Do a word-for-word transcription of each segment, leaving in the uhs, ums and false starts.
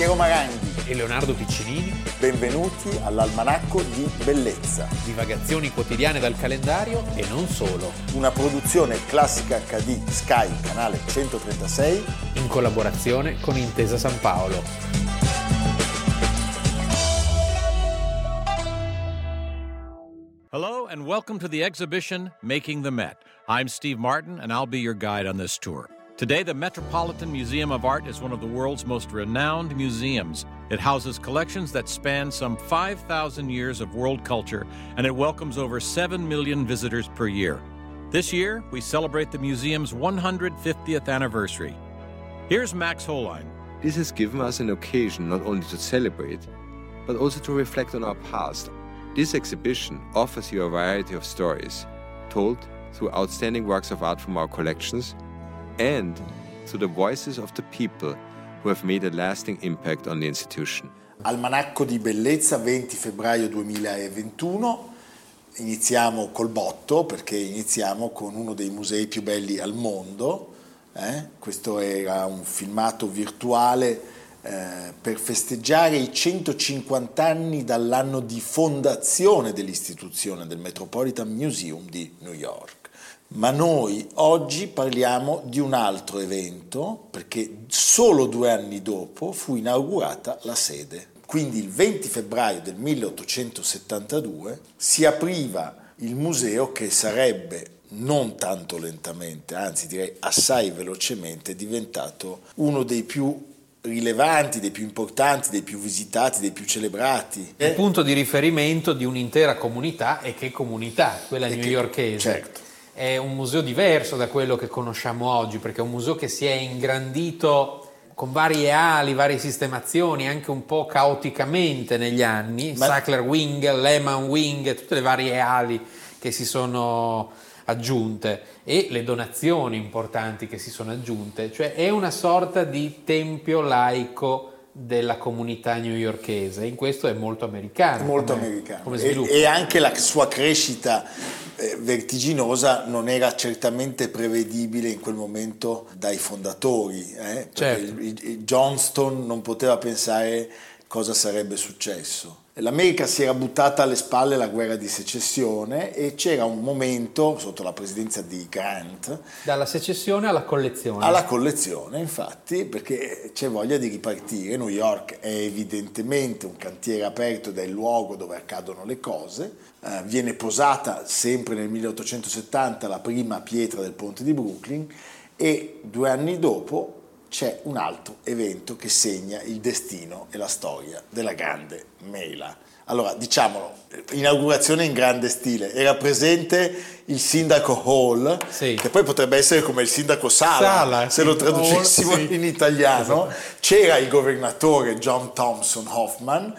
Piero Maranghi e Leonardo Piccinini. Benvenuti all'Almanacco di Bellezza. Divagazioni quotidiane dal calendario e non solo. Una produzione Classica acca di Sky, canale centotrentasei. In collaborazione con Intesa San Paolo. Hello and welcome to the exhibition Making the Met. I'm Steve Martin and I'll be your guide on this tour. Today, the Metropolitan Museum of Art is one of the world's most renowned museums. It houses collections that span some five thousand years of world culture, and it welcomes over seven million visitors per year. This year, we celebrate the museum's one hundred fiftieth anniversary. Here's Max Holein. This has given us an occasion not only to celebrate, but also to reflect on our past. This exhibition offers you a variety of stories, told through outstanding works of art from our collections, and to the voices of the people who have made a lasting impact on the institution. Almanacco di Bellezza, venti febbraio duemilaventuno. Iniziamo col botto, perché iniziamo con uno dei musei più belli al mondo. Eh? Questo era un filmato virtuale eh, per festeggiare i centocinquanta anni dall'anno di fondazione dell'istituzione del Metropolitan Museum di New York. Ma noi oggi parliamo di un altro evento, perché solo due anni dopo fu inaugurata la sede. Quindi il venti febbraio del milleottocentosettantadue si apriva il museo che sarebbe, non tanto lentamente, anzi direi assai velocemente, diventato uno dei più rilevanti, dei più importanti, dei più visitati, dei più celebrati. Il punto di riferimento di un'intera comunità, e che comunità, quella E newyorkese. Che, certo. È un museo diverso da quello che conosciamo oggi, perché è un museo che si è ingrandito con varie ali, varie sistemazioni, anche un po' caoticamente negli anni. Ma... Sackler Wing, Lehman Wing, tutte le varie ali che si sono aggiunte e le donazioni importanti che si sono aggiunte. Cioè è una sorta di tempio laico della comunità newyorkese. In questo è molto americano. Molto come, americano. Come e, e anche la sua crescita eh, vertiginosa non era certamente prevedibile in quel momento dai fondatori. Eh? Certo. Il, il, il Johnston non poteva pensare cosa sarebbe successo. L'America si era buttata alle spalle la guerra di secessione e c'era un momento, sotto la presidenza di Grant, dalla secessione alla collezione. Alla collezione, infatti, perché c'è voglia di ripartire. New York è evidentemente un cantiere aperto ed è il luogo dove accadono le cose. Eh, viene posata sempre nel milleottocentosettanta la prima pietra del ponte di Brooklyn e due anni dopo c'è un altro evento che segna il destino e la storia della grande mela. Allora, diciamolo, inaugurazione in grande stile. Era presente il sindaco Hall, sì, che poi potrebbe essere come il sindaco Sala, Sala se sì, lo traducessimo Hall, sì, in italiano. Esatto. C'era il governatore John Thompson Hoffman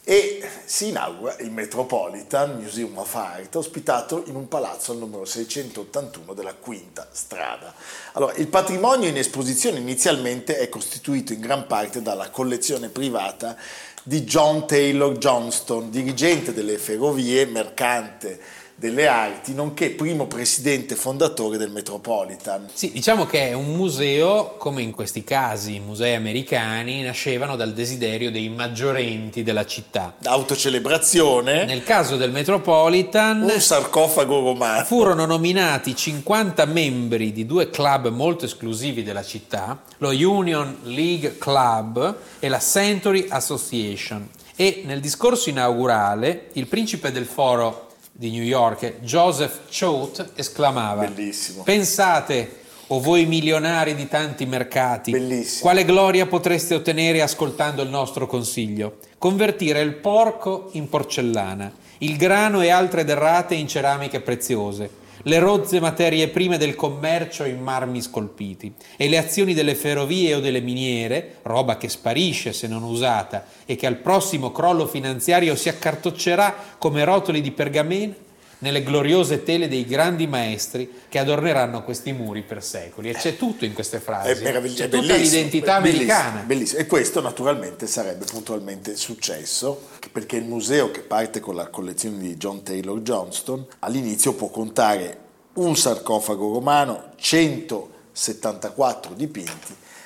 e si inaugura il Metropolitan Museum of Art, ospitato in un palazzo al numero seicentottantuno della Quinta Strada. Allora, il patrimonio in esposizione inizialmente è costituito in gran parte dalla collezione privata di John Taylor Johnston, dirigente delle ferrovie, mercante delle arti, nonché primo presidente fondatore del Metropolitan. Sì, diciamo che è un museo, come in questi casi i musei americani, nascevano dal desiderio dei maggiorenti della città. Autocelebrazione. Nel caso del Metropolitan, un sarcofago romano. Furono nominati cinquanta membri di due club molto esclusivi della città, lo Union League Club e la Century Association. E nel discorso inaugurale, il principe del foro di New York, Joseph Choate, esclamava: bellissimo. Pensate, o voi milionari di tanti mercati, bellissimo, quale gloria potreste ottenere ascoltando il nostro consiglio? Convertire il porco in porcellana, il grano e altre derrate in ceramiche preziose, le rozze materie prime del commercio in marmi scolpiti e le azioni delle ferrovie o delle miniere, roba che sparisce se non usata e che al prossimo crollo finanziario si accartoccerà come rotoli di pergamena nelle gloriose tele dei grandi maestri che adorneranno questi muri per secoli. E c'è tutto in queste frasi, è meravigli- c'è è tutta l'identità bellissimo, americana. Bellissimo. E questo naturalmente sarebbe puntualmente successo, perché il museo, che parte con la collezione di John Taylor Johnston, all'inizio può contare un sarcofago romano, centosettantaquattro dipinti,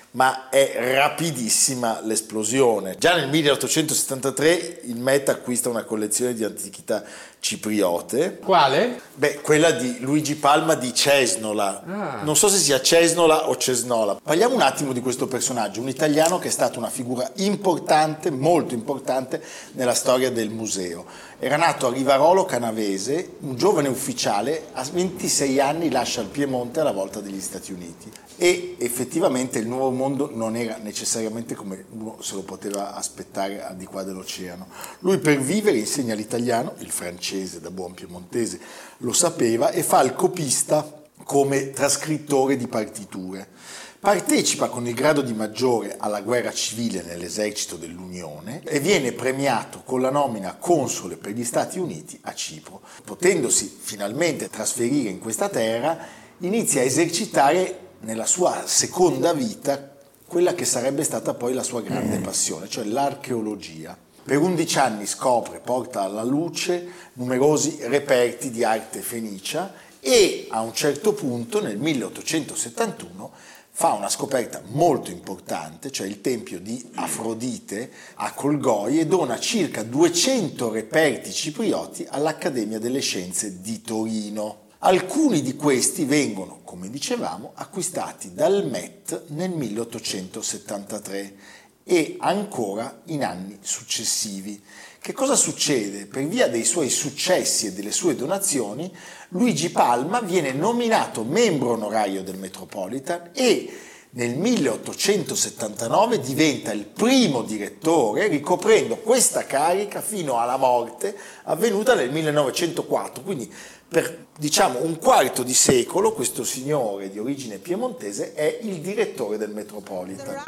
ma è rapidissima l'esplosione. Già nel milleottocentosettantatré il Met acquista una collezione di antichità cipriote. Quale? Beh, quella di Luigi Palma di Cesnola. Ah. Non so se sia Cesnola o Cesnola. Parliamo un attimo di questo personaggio, un italiano che è stato una figura importante, molto importante nella storia del museo. Era nato a Rivarolo Canavese, un giovane ufficiale, a ventisei anni lascia il Piemonte alla volta degli Stati Uniti. E effettivamente il nuovo mondo non era necessariamente come uno se lo poteva aspettare al di qua dell'oceano. Lui per vivere insegna l'italiano, il francese da buon piemontese lo sapeva, e fa il copista come trascrittore di partiture. Partecipa con il grado di maggiore alla guerra civile nell'esercito dell'Unione e viene premiato con la nomina console per gli Stati Uniti a Cipro. Potendosi finalmente trasferire in questa terra, inizia a esercitare nella sua seconda vita quella che sarebbe stata poi la sua grande passione, cioè l'archeologia. Per undici anni scopre, porta alla luce numerosi reperti di arte fenicia e a un certo punto nel milleottocentosettantuno fa una scoperta molto importante, cioè il tempio di Afrodite a Colgoi, e dona circa duecento reperti ciprioti all'Accademia delle Scienze di Torino. Alcuni di questi vengono, come dicevamo, acquistati dal Met nel milleottocentosettantatré e ancora in anni successivi. Che cosa succede? Per via dei suoi successi e delle sue donazioni, Luigi Palma viene nominato membro onorario del Metropolitan e nel milleottocentosettantanove diventa il primo direttore, ricoprendo questa carica fino alla morte avvenuta nel millenovecentoquattro. Quindi per diciamo un quarto di secolo questo signore di origine piemontese è il direttore del Metropolitan.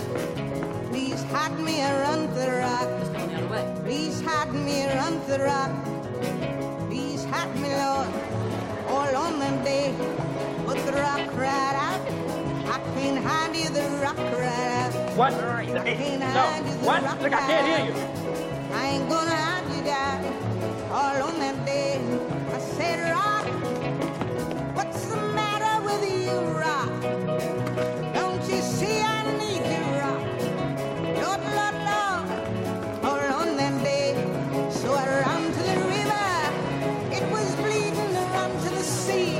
Please hide me around the rock. Please hide me around the rock. Please hide me, Lord, all on the day. But the rock cried out, I can't hide you, the rock cried out. What? I can't No. hide you, the What? rock Look, I can't hear cried you. out. I ain't gonna hide you down, all on that day. I said, rock, what's the matter with you, rock? Don't you see I need you, rock? Lord, Lord, Lord, all on that day. So I ran to the river, it was bleeding, I ran to the sea.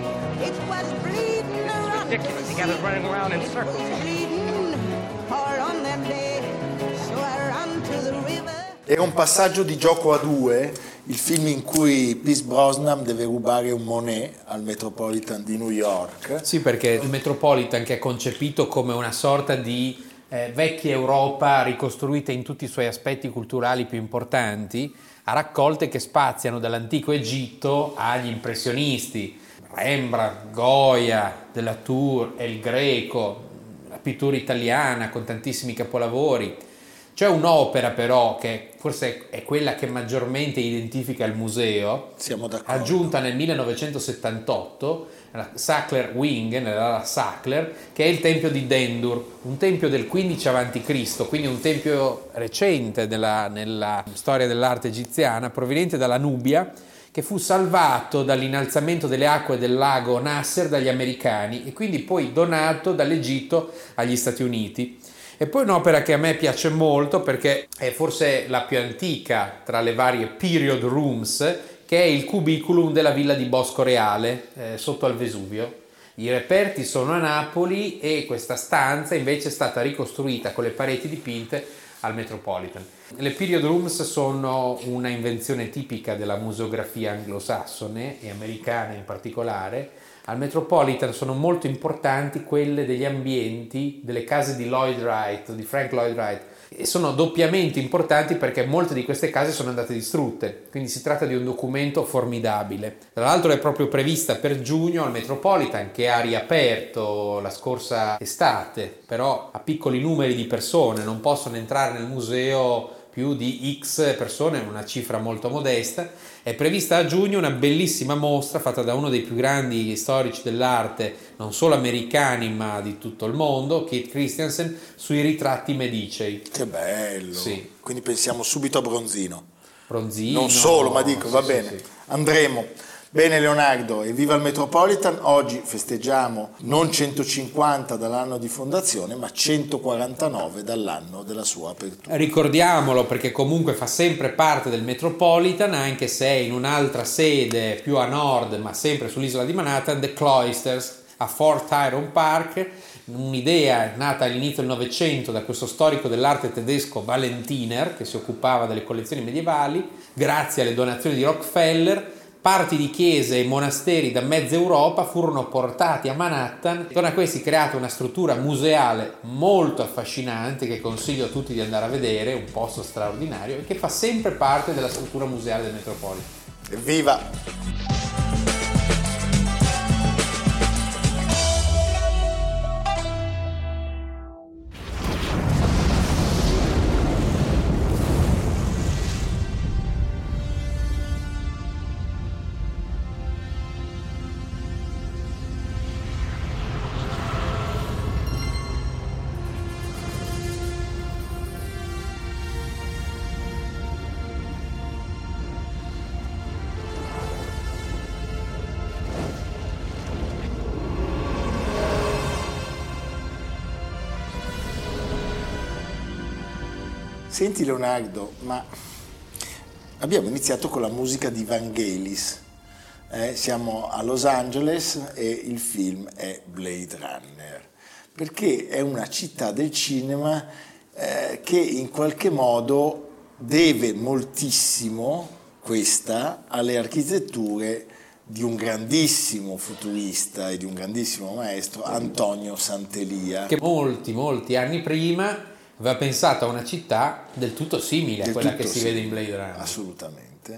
It was bleeding, I ran to the Ridiculous. sea. You got us running around in It circles. was bleeding, all on that day. So I ran to the river. Era un passaggio di Gioco a due, il film in cui Pierce Brosnan deve rubare un Monet al Metropolitan di New York. Sì, perché il Metropolitan, che è concepito come una sorta di eh, vecchia Europa ricostruita in tutti i suoi aspetti culturali più importanti, ha raccolte che spaziano dall'antico Egitto agli impressionisti, Rembrandt, Goya, Delatour, El Greco, la pittura italiana con tantissimi capolavori. C'è un'opera però che forse è quella che maggiormente identifica il museo, Siamo d'accordo. aggiunta nel millenovecentosettantotto, la Sackler Wing, nella Sackler, che è il tempio di Dendur, un tempio del quindici avanti Cristo, quindi un tempio recente della, nella storia dell'arte egiziana, proveniente dalla Nubia, che fu salvato dall'innalzamento delle acque del lago Nasser dagli americani e quindi poi donato dall'Egitto agli Stati Uniti. E poi un'opera che a me piace molto perché è forse la più antica tra le varie period rooms, che è il cubiculum della villa di Bosco Reale, eh, sotto al Vesuvio. I reperti sono a Napoli e questa stanza invece è stata ricostruita con le pareti dipinte al Metropolitan. Le period rooms sono una invenzione tipica della museografia anglosassone e americana in particolare. Al Metropolitan sono molto importanti quelle degli ambienti delle case di Lloyd Wright, di Frank Lloyd Wright, e sono doppiamente importanti perché molte di queste case sono andate distrutte, quindi si tratta di un documento formidabile. Tra l'altro è proprio prevista per giugno al Metropolitan, che ha riaperto la scorsa estate, però a piccoli numeri di persone, non possono entrare nel museo più di X persone, una cifra molto modesta. È prevista a giugno una bellissima mostra fatta da uno dei più grandi storici dell'arte, non solo americani ma di tutto il mondo, Keith Christiansen, sui ritratti medicei. Che bello! Sì. Quindi pensiamo subito a Bronzino. Bronzino. Non solo, ma dico, sì, va sì, bene, sì. andremo. Bene Leonardo, e viva il Metropolitan. Oggi festeggiamo non centocinquanta dall'anno di fondazione, ma centoquarantanove dall'anno della sua apertura. Ricordiamolo perché comunque fa sempre parte del Metropolitan, anche se è in un'altra sede più a nord, ma sempre sull'isola di Manhattan, The Cloisters a Fort Tyrone Park. Un'idea nata all'inizio del Novecento da questo storico dell'arte tedesco Valentiner, che si occupava delle collezioni medievali. Grazie alle donazioni di Rockefeller, parti di chiese e monasteri da mezza Europa furono portati a Manhattan. Intorno a questi creata una struttura museale molto affascinante che consiglio a tutti di andare a vedere, un posto straordinario e che fa sempre parte della struttura museale del Metropolitan. Evviva! Senti Leonardo, ma abbiamo iniziato con la musica di Vangelis, eh, siamo a Los Angeles e il film è Blade Runner, perché è una città del cinema eh, che in qualche modo deve moltissimo, questa, alle architetture di un grandissimo futurista e di un grandissimo maestro, Antonio Santelia. Che molti, molti anni prima aveva pensato a una città del tutto simile a Del quella tutto che si simile, vede in Blade Runner. Assolutamente.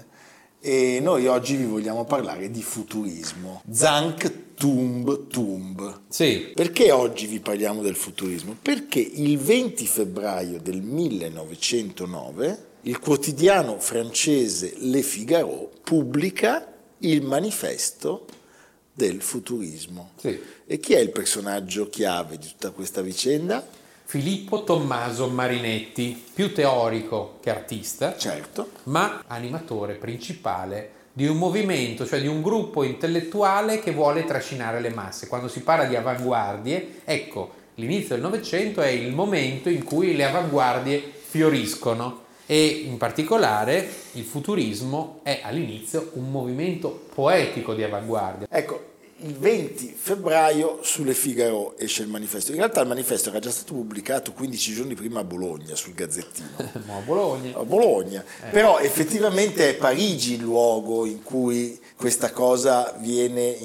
E noi oggi vi vogliamo parlare di futurismo. Zank Tumb Tumb. Sì. Perché oggi vi parliamo del futurismo? Perché il venti febbraio del millenovecentonove il quotidiano francese Le Figaro pubblica il manifesto del futurismo. Sì. E chi è il personaggio chiave di tutta questa vicenda? Filippo Tommaso Marinetti, più teorico che artista, Certo. ma animatore principale di un movimento, cioè di un gruppo intellettuale che vuole trascinare le masse. Quando si parla di avanguardie, ecco, l'inizio del Novecento è il momento in cui le avanguardie fioriscono e in particolare il futurismo è all'inizio un movimento poetico di avanguardia. Ecco, il venti febbraio sulle Figaro esce il manifesto. In realtà il manifesto era già stato pubblicato quindici giorni prima a Bologna, sul Gazzettino. No, a Bologna. A Bologna. Eh. Però effettivamente è Parigi il luogo in cui questa cosa viene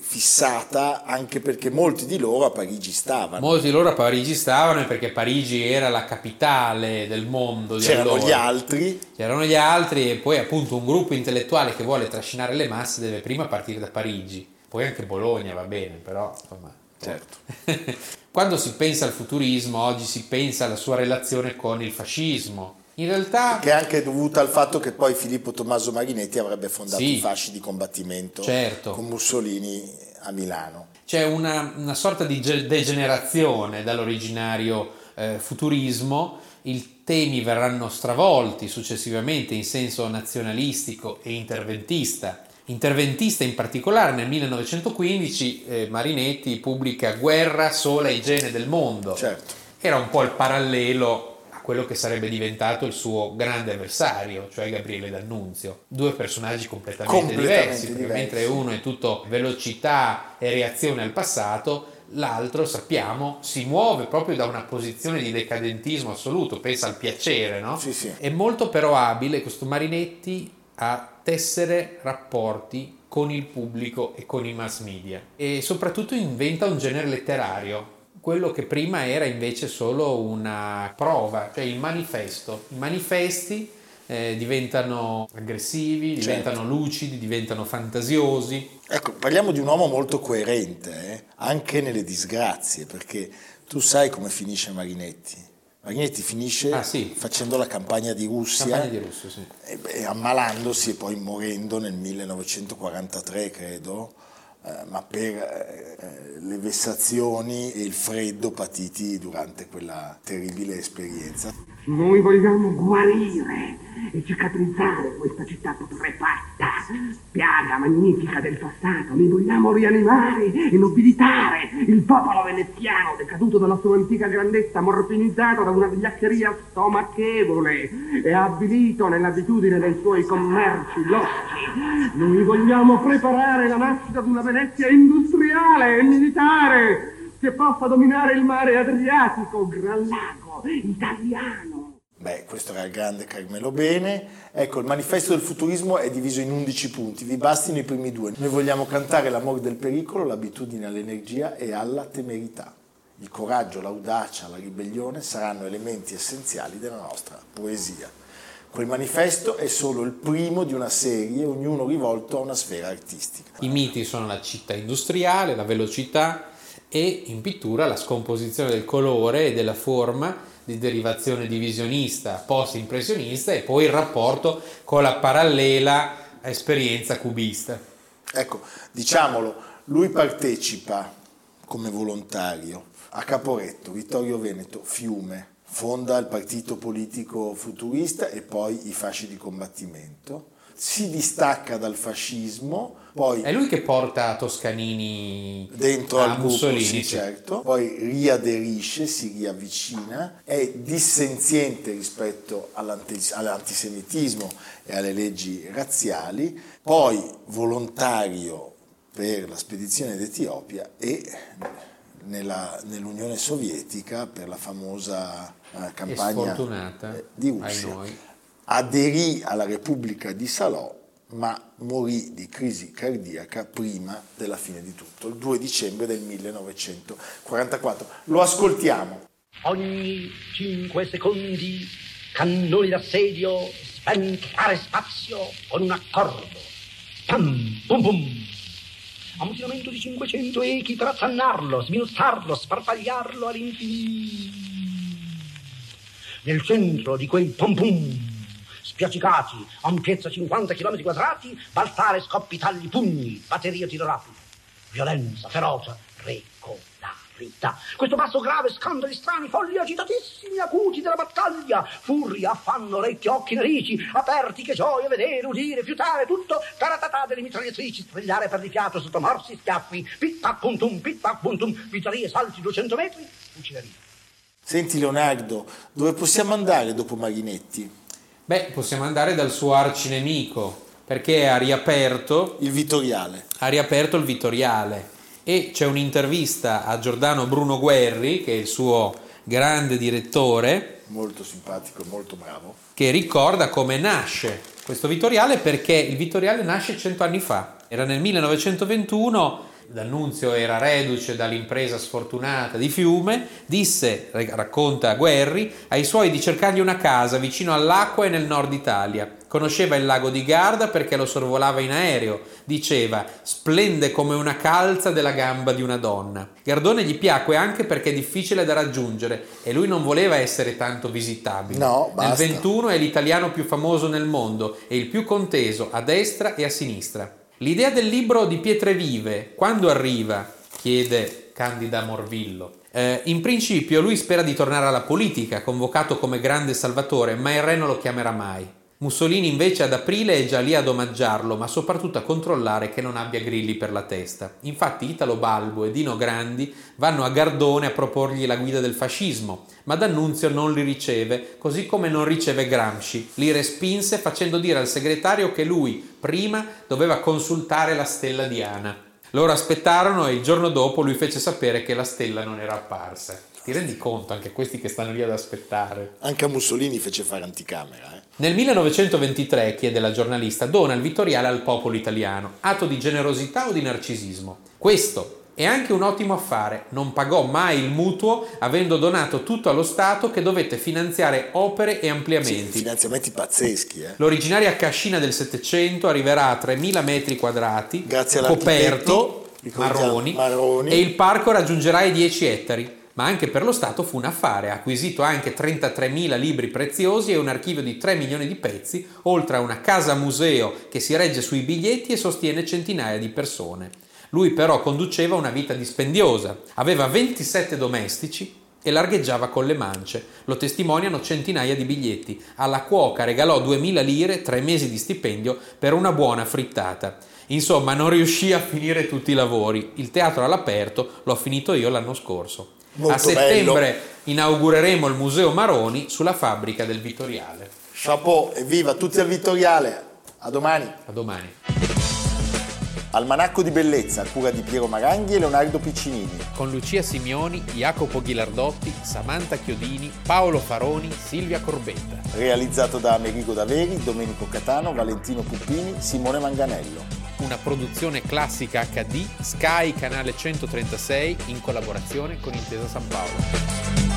fissata, anche perché molti di loro a Parigi stavano. Molti di loro a Parigi stavano perché Parigi era la capitale del mondo di C'erano allora. gli altri. C'erano gli altri e poi appunto un gruppo intellettuale che vuole trascinare le masse deve prima partire da Parigi. Poi anche Bologna va bene, però insomma. Certo. Quando si pensa al futurismo, oggi si pensa alla sua relazione con il fascismo. In realtà... Che è anche dovuta al fatto che poi Filippo Tommaso Marinetti avrebbe fondato Sì. i fasci di combattimento Certo. con Mussolini a Milano. C'è una, una sorta di ge- degenerazione dall'originario eh, futurismo. I temi verranno stravolti successivamente in senso nazionalistico e interventista. Interventista in particolare nel millenovecentoquindici eh, Marinetti pubblica Guerra, Sola e Igiene del Mondo. Certo. Era un po' il parallelo a quello che sarebbe diventato il suo grande avversario, cioè Gabriele D'Annunzio. Due personaggi completamente, Completamente diversi, perché diversi. mentre uno è tutto velocità e reazione al passato, l'altro, sappiamo, si muove proprio da una posizione di decadentismo assoluto, pensa al piacere, no? Sì, sì. È molto però abile questo Marinetti a tessere rapporti con il pubblico e con i mass media e soprattutto inventa un genere letterario, quello che prima era invece solo una prova, cioè il manifesto. I manifesti eh, diventano aggressivi, diventano Certo. lucidi, diventano fantasiosi. Ecco, parliamo di un uomo molto coerente, eh? Anche nelle disgrazie, perché tu sai come finisce Marinetti. Marinetti finisce Ah, sì. facendo la campagna di Russia, Campagna di Russo, sì. e, e ammalandosi e poi morendo nel millenovecentoquarantatré, credo, eh, ma per eh, le vessazioni e il freddo patiti durante quella terribile esperienza. Noi vogliamo guarire e cicatrizzare questa città putrefatta. Piaga magnifica del passato, noi vogliamo rianimare e nobilitare il popolo veneziano decaduto dalla sua antica grandezza, morfinizzato da una vigliaccheria stomachevole e avvilito nell'abitudine dei suoi commerci loschi. Noi vogliamo preparare la nascita di una Venezia industriale e militare che possa dominare il mare Adriatico, gran lago italiano. Beh, questo era il grande Carmelo Bene. Ecco, il manifesto del futurismo è diviso in undici punti, vi bastino i primi due. Noi vogliamo cantare l'amore del pericolo, l'abitudine all'energia e alla temerità. Il coraggio, l'audacia, la ribellione saranno elementi essenziali della nostra poesia. Quel manifesto è solo il primo di una serie, ognuno rivolto a una sfera artistica. I miti sono la città industriale, la velocità e in pittura la scomposizione del colore e della forma di derivazione divisionista, post-impressionista e poi il rapporto con la parallela esperienza cubista. Ecco, diciamolo, lui partecipa come volontario a Caporetto, Vittorio Veneto, Fiume, fonda il partito politico futurista e poi i fasci di combattimento, si distacca dal fascismo, poi è lui che porta Toscanini dentro a al gruppo, Mussolini, sì, certo, poi riaderisce, si riavvicina, è dissenziente rispetto all'antisemitismo e alle leggi razziali, poi volontario per la spedizione d'Etiopia e nella, nell'Unione Sovietica per la famosa eh, campagna eh, di Russia. Aderì alla Repubblica di Salò, ma morì di crisi cardiaca prima della fine di tutto, il due dicembre del millenovecentoquarantaquattro. Lo ascoltiamo. Ogni cinque secondi cannoni d'assedio sventrare spazio con un accordo. Pam, pum pum. Ammutinamento di cinquecento echi per attannarlo, sminuzzarlo, sparpagliarlo all'infinito. Nel centro di quei pom pum spiaccicati, ampiezza cinquanta chilometri quadrati, balzare scoppitalli pugni, batteria tiro rapido, violenza, ferocia, regolarità. Questo passo grave, scandali strani, folli agitatissimi, acuti della battaglia, furia, affanno, orecchi, occhi, narici, aperti, che gioia vedere, udire, fiutare, tutto, taratatà delle mitragliatrici, strigliare per di fiato sotto morsi, schiaffi, pit-pac, puntum, pit-pac, puntum, vittorie, salti duecento metri, fucileria. Senti Leonardo, dove possiamo andare dopo Marinetti? Beh, possiamo andare dal suo arcinemico, perché ha riaperto il Vittoriale. Ha riaperto il Vittoriale e c'è un'intervista a Giordano Bruno Guerri, che è il suo grande direttore, molto simpatico, molto bravo, che ricorda come nasce questo Vittoriale, perché il Vittoriale nasce cento anni fa. Era nel millenovecentoventuno. D'Annunzio era reduce dall'impresa sfortunata di Fiume, disse, racconta Guerri, ai suoi di cercargli una casa vicino all'acqua e nel nord Italia. Conosceva il lago di Garda perché lo sorvolava in aereo. Diceva, splende come una calza della gamba di una donna. Gardone gli piacque anche perché è difficile da raggiungere e lui non voleva essere tanto visitabile. No, basta. Nel ventuno è l'italiano più famoso nel mondo e il più conteso a destra e a sinistra. L'idea del libro di Pietre Vive, quando arriva? Chiede Candida Morvillo. Eh, in principio lui spera di tornare alla politica, convocato come grande salvatore, ma il re non lo chiamerà mai. Mussolini invece ad aprile è già lì ad omaggiarlo, ma soprattutto a controllare che non abbia grilli per la testa. Infatti Italo Balbo e Dino Grandi vanno a Gardone a proporgli la guida del fascismo, ma D'Annunzio non li riceve, così come non riceve Gramsci. Li respinse facendo dire al segretario che lui, prima, doveva consultare la stella Diana. Loro aspettarono e il giorno dopo lui fece sapere che la stella non era apparsa. Ti rendi conto, anche questi che stanno lì ad aspettare? Anche a Mussolini fece fare anticamera. Eh? Nel millenovecentoventitré, chiede la giornalista, dona il Vittoriale al popolo italiano. Atto di generosità o di narcisismo? Questo è anche un ottimo affare. Non pagò mai il mutuo, avendo donato tutto allo Stato che dovette finanziare opere e ampliamenti. Sì, finanziamenti pazzeschi. Eh? L'originaria cascina del Settecento arriverà a tremila metri quadrati, grazie coperto, marroni, marroni, e il parco raggiungerà i dieci ettari. Ma anche per lo Stato fu un affare, ha acquisito anche trentatremila libri preziosi e un archivio di tre milioni di pezzi, oltre a una casa museo che si regge sui biglietti e sostiene centinaia di persone. Lui però conduceva una vita dispendiosa, aveva ventisette domestici, e largheggiava con le mance. Lo testimoniano centinaia di biglietti. Alla cuoca regalò duemila lire, tre mesi di stipendio per una buona frittata. Insomma, non riuscì a finire tutti i lavori. Il teatro all'aperto l'ho finito io l'anno scorso. Molto a settembre bello. Inaugureremo il Museo Maroni sulla fabbrica del Vittoriale. Chapeau, evviva tutti al Vittoriale. A domani. A domani. Almanacco di bellezza a cura di Piero Maranghi e Leonardo Piccinini. Con Lucia Simioni, Jacopo Ghilardotti, Samantha Chiodini, Paolo Faroni, Silvia Corbetta. Realizzato da Amerigo Daveri, Domenico Catano, Valentino Puppini, Simone Manganello. Una produzione classica acca di Sky Canale centotrentasei in collaborazione con Intesa San Paolo.